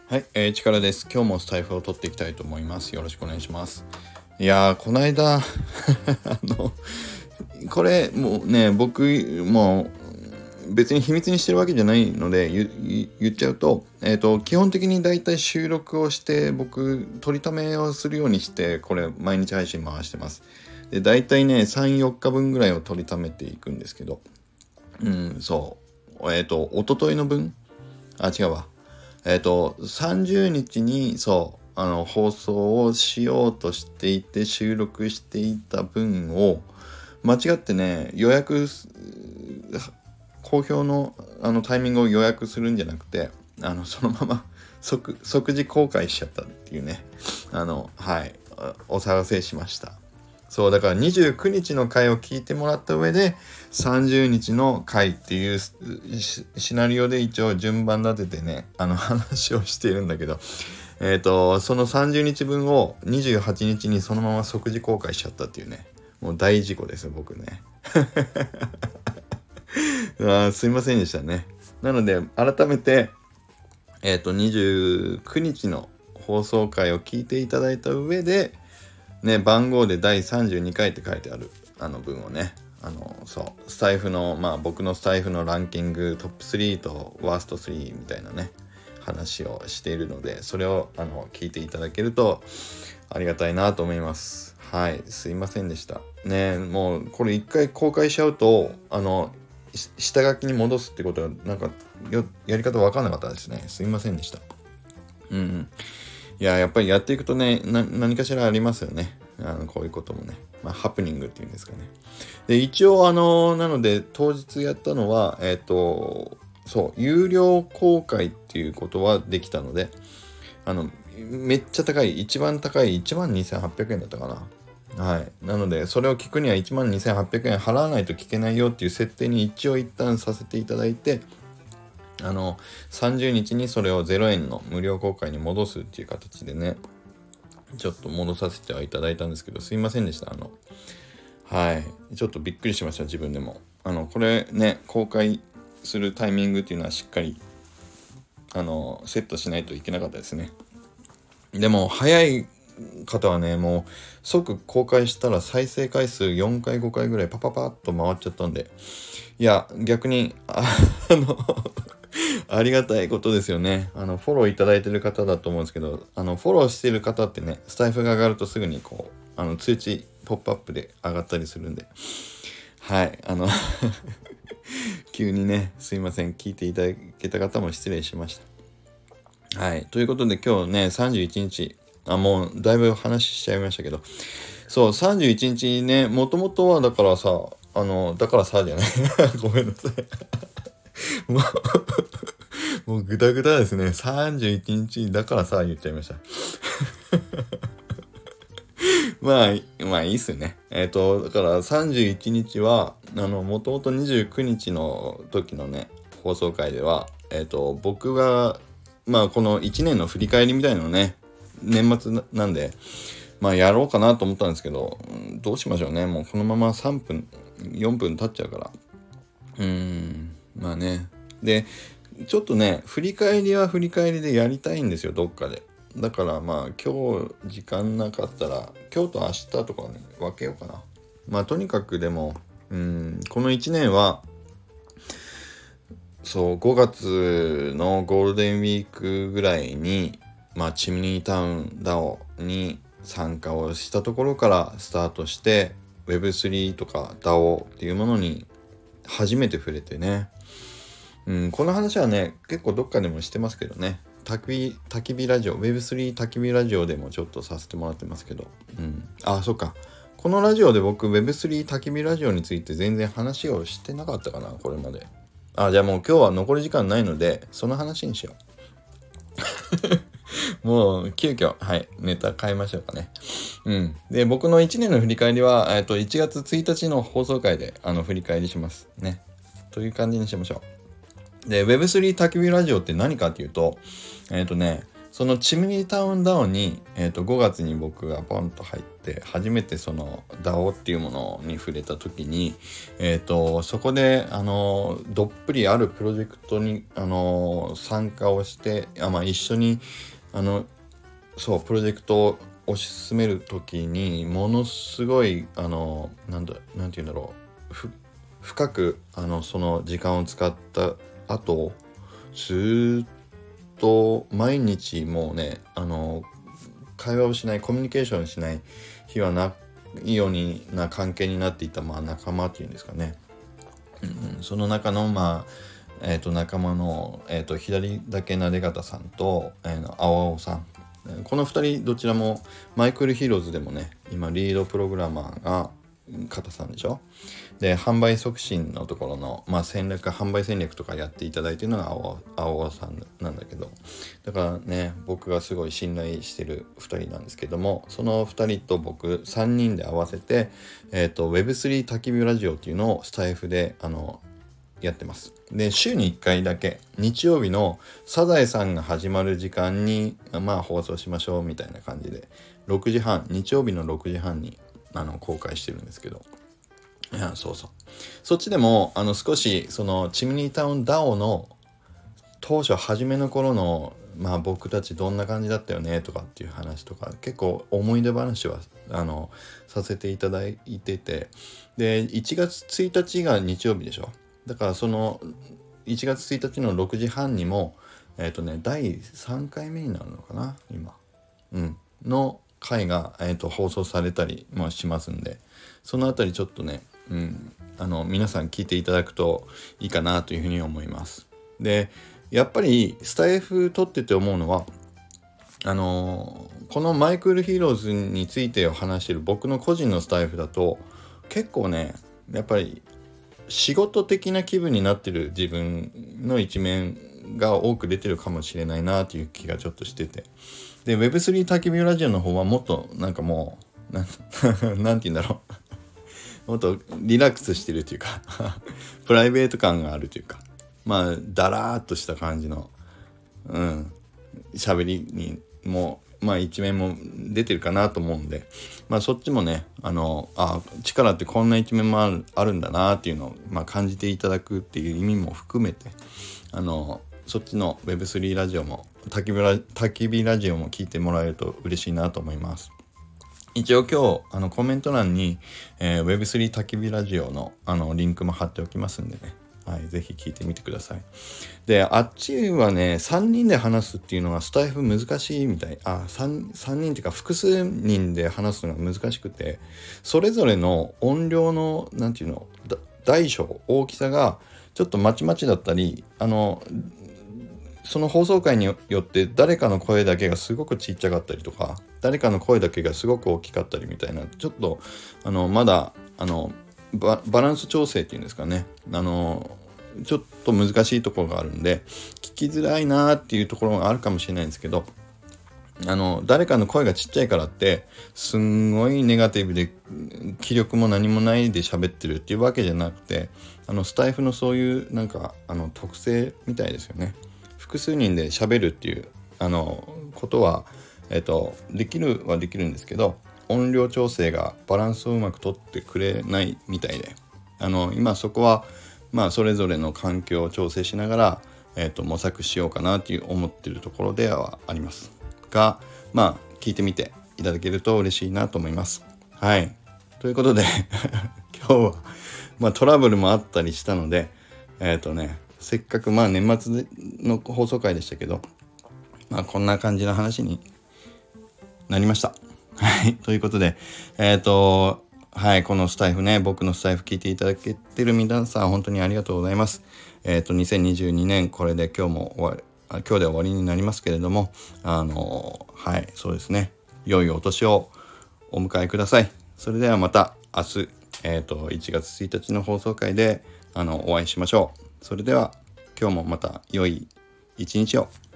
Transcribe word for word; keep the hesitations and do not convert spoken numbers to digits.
はい、えー、力です。今日もスタイフを取っていきたいと思います。よろしくお願いします。いやー、この間あのこれもうね、僕もう別に秘密にしてるわけじゃないので言言っちゃうと、えっと基本的にだいたい収録をして僕取りためをするようにしてこれ毎日配信回してます。でだいたいねさん、よっかぶんぐらいを取りためていくんですけど、うんそうえっと一昨日の分あ違うわ。えっと、さんじゅうにちに、そう、あの、放送をしようとしていて、収録していた分を、間違ってね、予約、公表の、あの、タイミングを予約するんじゃなくて、あの、そのまま即、即時公開しちゃったっていうね、あの、はい、お騒がせしました。そうだからにじゅうくにちの回を聞いてもらった上でさんじゅうにちの回っていうシナリオで一応順番立ててねあの話をしているんだけど、えっとそのさんじゅうにちぶんをにじゅうはちにちにそのまま即時公開しちゃったっていうね、もう大事故ですよ僕ねあすいませんでしたね。なので改めてえっとにじゅうくにちの放送回を聞いていただいた上でね、番号でだいさんじゅうにかいって書いてあるあの文をね、あのそうスタイフのまあ僕のスタイフのランキングトップスリーとワーストスリーみたいなね話をしているので、それをあの聞いていただけるとありがたいなと思います。はい、すいませんでしたね。もうこれ一回公開しちゃうとあの下書きに戻すってことはなんかよやり方分かんなかったですね。すいませんでした。うん。いややっぱりやっていくとねな何かしらありますよね。あのこういうこともね、まあ、ハプニングっていうんですかね。で一応あのなので当日やったのはえっ、ー、とそう有料公開っていうことはできたので、あのめっちゃ高い一番高いいちまんにせんはっぴゃくえんだったかな。はい。なのでそれを聞くにはいちまんにせんはっぴゃくえん払わないと聞けないよっていう設定に一応一旦させていただいて、あのさんじゅうにちにそれをゼロえんの無料公開に戻すっていう形でねちょっと戻させてはいただいたんですけど、すいませんでした。あのはいちょっとびっくりしました。自分でもあのこれね公開するタイミングっていうのはしっかりあのセットしないといけなかったですね。でも早い方はねもう即公開したら再生回数よんかいごかいぐらいパパパッと回っちゃったんで、いや逆にあのありがたいことですよね。あのフォローいただいてる方だと思うんですけど、あのフォローしてる方ってねスタイフが上がるとすぐにこうあの通知ポップアップで上がったりするんで、はいあの急にねすいません聞いていただけた方も失礼しました。はいということで今日ねさんじゅういちにちあもうだいぶ話しちゃいましたけど、そうさんじゅういちにちねもともとはだからさあのだからさじゃないごめんなさいもうもうグダグダですね。さんじゅういちにちだからさ言っちゃいましたまあまあいいっすね。えっ、ー、とだからさんじゅういちにちはあのもともとにじゅうくにちの時のね放送回ではえっ、ー、と僕がまあこのいちねんの振り返りみたいなのね年末なんでまあやろうかなと思ったんですけど、どうしましょうね。もうこのままさんぷんよんぷん経っちゃうからうーんまあね。でちょっとね振り返りは振り返りでやりたいんですよどっかで。だからまあ今日時間なかったら今日と明日とかね分けようかな。まあとにかくでもうーんこのいちねんはそうごがつのゴールデンウィークぐらいにまあチミニータウン ダオ に参加をしたところからスタートして ウェブスリー とか ダオ っていうものに初めて触れてね、うん、この話はね結構どっかでもしてますけどね、焚き火焚き火ラジオ ウェブスリー 焚き火ラジオでもちょっとさせてもらってますけど、うん、あそっかこのラジオで僕 ウェブスリー 焚き火ラジオについて全然話をしてなかったかなこれまで。あじゃあもう今日は残り時間ないのでその話にしようもう急遽はいネタ変えましょうかね。うんで僕のいちねんの振り返りは、えー、といちがつついたちの放送回であの振り返りしますねという感じにしましょう。で ウェブスリー 焚き火ラジオって何かっていうとえっ、ー、とねそのチムニータウンダオに、えーと、ごがつに僕がポンと入って初めてその ダオ っていうものに触れた時に、えーと、そこであのどっぷりあるプロジェクトにあの参加をしてあ、まあ、一緒にあのそうプロジェクトを推し進める時にものすごいあのなんだなんて言うんだろうふ深くあのその時間を使った後ずっと毎日もうねあの会話をしないコミュニケーションしない日はないようにな関係になっていた、まあ、仲間っていうんですかね、うんうん、その中のまあえー、と仲間の、えー、と左だけなで方さんと、えー、青々さん、このふたりどちらもマイクルヒーローズでもね今リードプログラマーが方さんでしょ。で販売促進のところの、まあ、戦略販売戦略とかやっていただいているのが青青さんなんだけど、だからね僕がすごい信頼してるふたりなんですけども、そのふたりと僕さんにんで合わせて、えー、と ウェブスリー 焚き火ラジオっていうのをスタイフであのやってます。で週にいっかいだけ日曜日のサザエさんが始まる時間にまあ放送しましょうみたいな感じでろくじはん日曜日のろくじはんにあの公開してるんですけど、いやそうそうそっちでもあの少しそのチムニータウン ダオ の当初初めの頃のまあ僕たちどんな感じだったよねとかっていう話とか結構思い出話はあのさせていただいてて、でいちがつついたちが日曜日でしょ。だからそのいちがつついたちのろくじはんにもえっ、ー、とねだいさんかいめになるのかな今、うんの回が、えー、と放送されたりもしますんで、そのあたりちょっとね、うん、あの皆さん聞いていただくといいかなというふうに思います。でやっぱりスタイフ撮ってて思うのはあのー、このマイクールヒーローズについてを話している僕の個人のスタイフだと結構ねやっぱり仕事的な気分になってる自分の一面が多く出てるかもしれないなという気がちょっとしてて、で ウェブスリー 焚き火ラジオの方はもっとなんかもうなんなんて言うんだろうもっとリラックスしてるというかプライベート感があるというか、まあだらーっとした感じのうん喋りにもまあ一面も出てるかなと思うんで、まあそっちもねあのあ力ってこんな一面もある、あるんだなっていうのを、まあ、感じていただくっていう意味も含めてあのそっちの ウェブスリー ラジオも焚き火ラ、焚き火ラジオも聞いてもらえると嬉しいなと思います。一応今日あのコメント欄に、えー、ウェブスリー 焚き火ラジオのあのリンクも貼っておきますんでね、はい、ぜひ聞いてみてください。であっちはねさんにんで話すっていうのがスタイフ難しいみたい。あ 3, 3人っていうか複数人で話すのが難しくて、それぞれの音量のなんていうの大小大きさがちょっとまちまちだったり、あのその放送回によって誰かの声だけがすごくちっちゃかったりとか誰かの声だけがすごく大きかったりみたいな、ちょっとあのまだあの バ, バランス調整っていうんですかね、あのちょっと難しいところがあるんで聞きづらいなっていうところがあるかもしれないんですけど、あの誰かの声がちっちゃいからってすんごいネガティブで気力も何もないで喋ってるっていうわけじゃなくて、あのスタイフのそういうなんかあの特性みたいですよね。複数人で喋るっていうあのことは、えっと、できるはできるんですけど音量調整がバランスをうまく取ってくれないみたいで、あの今そこはまあそれぞれの環境を調整しながら、えっと、模索しようかなという思っているところではありますが、まあ聞いてみていただけると嬉しいなと思います。はい、ということで今日は、まあ、トラブルもあったりしたのでえっとねせっかくまあ年末の放送回でしたけど、まあ、こんな感じの話になりました。はい、ということでえっとはいこのスタイフね僕のスタイフ聞いていただけてる皆さん本当にありがとうございます。えっとにせんにじゅうにねんこれで今日も終わり今日で終わりになりますけれども、あのはいそうですね良いお年をお迎えください。それではまた明日、えー、といちがつついたちの放送回であのお会いしましょう。それでは今日もまた良い一日を。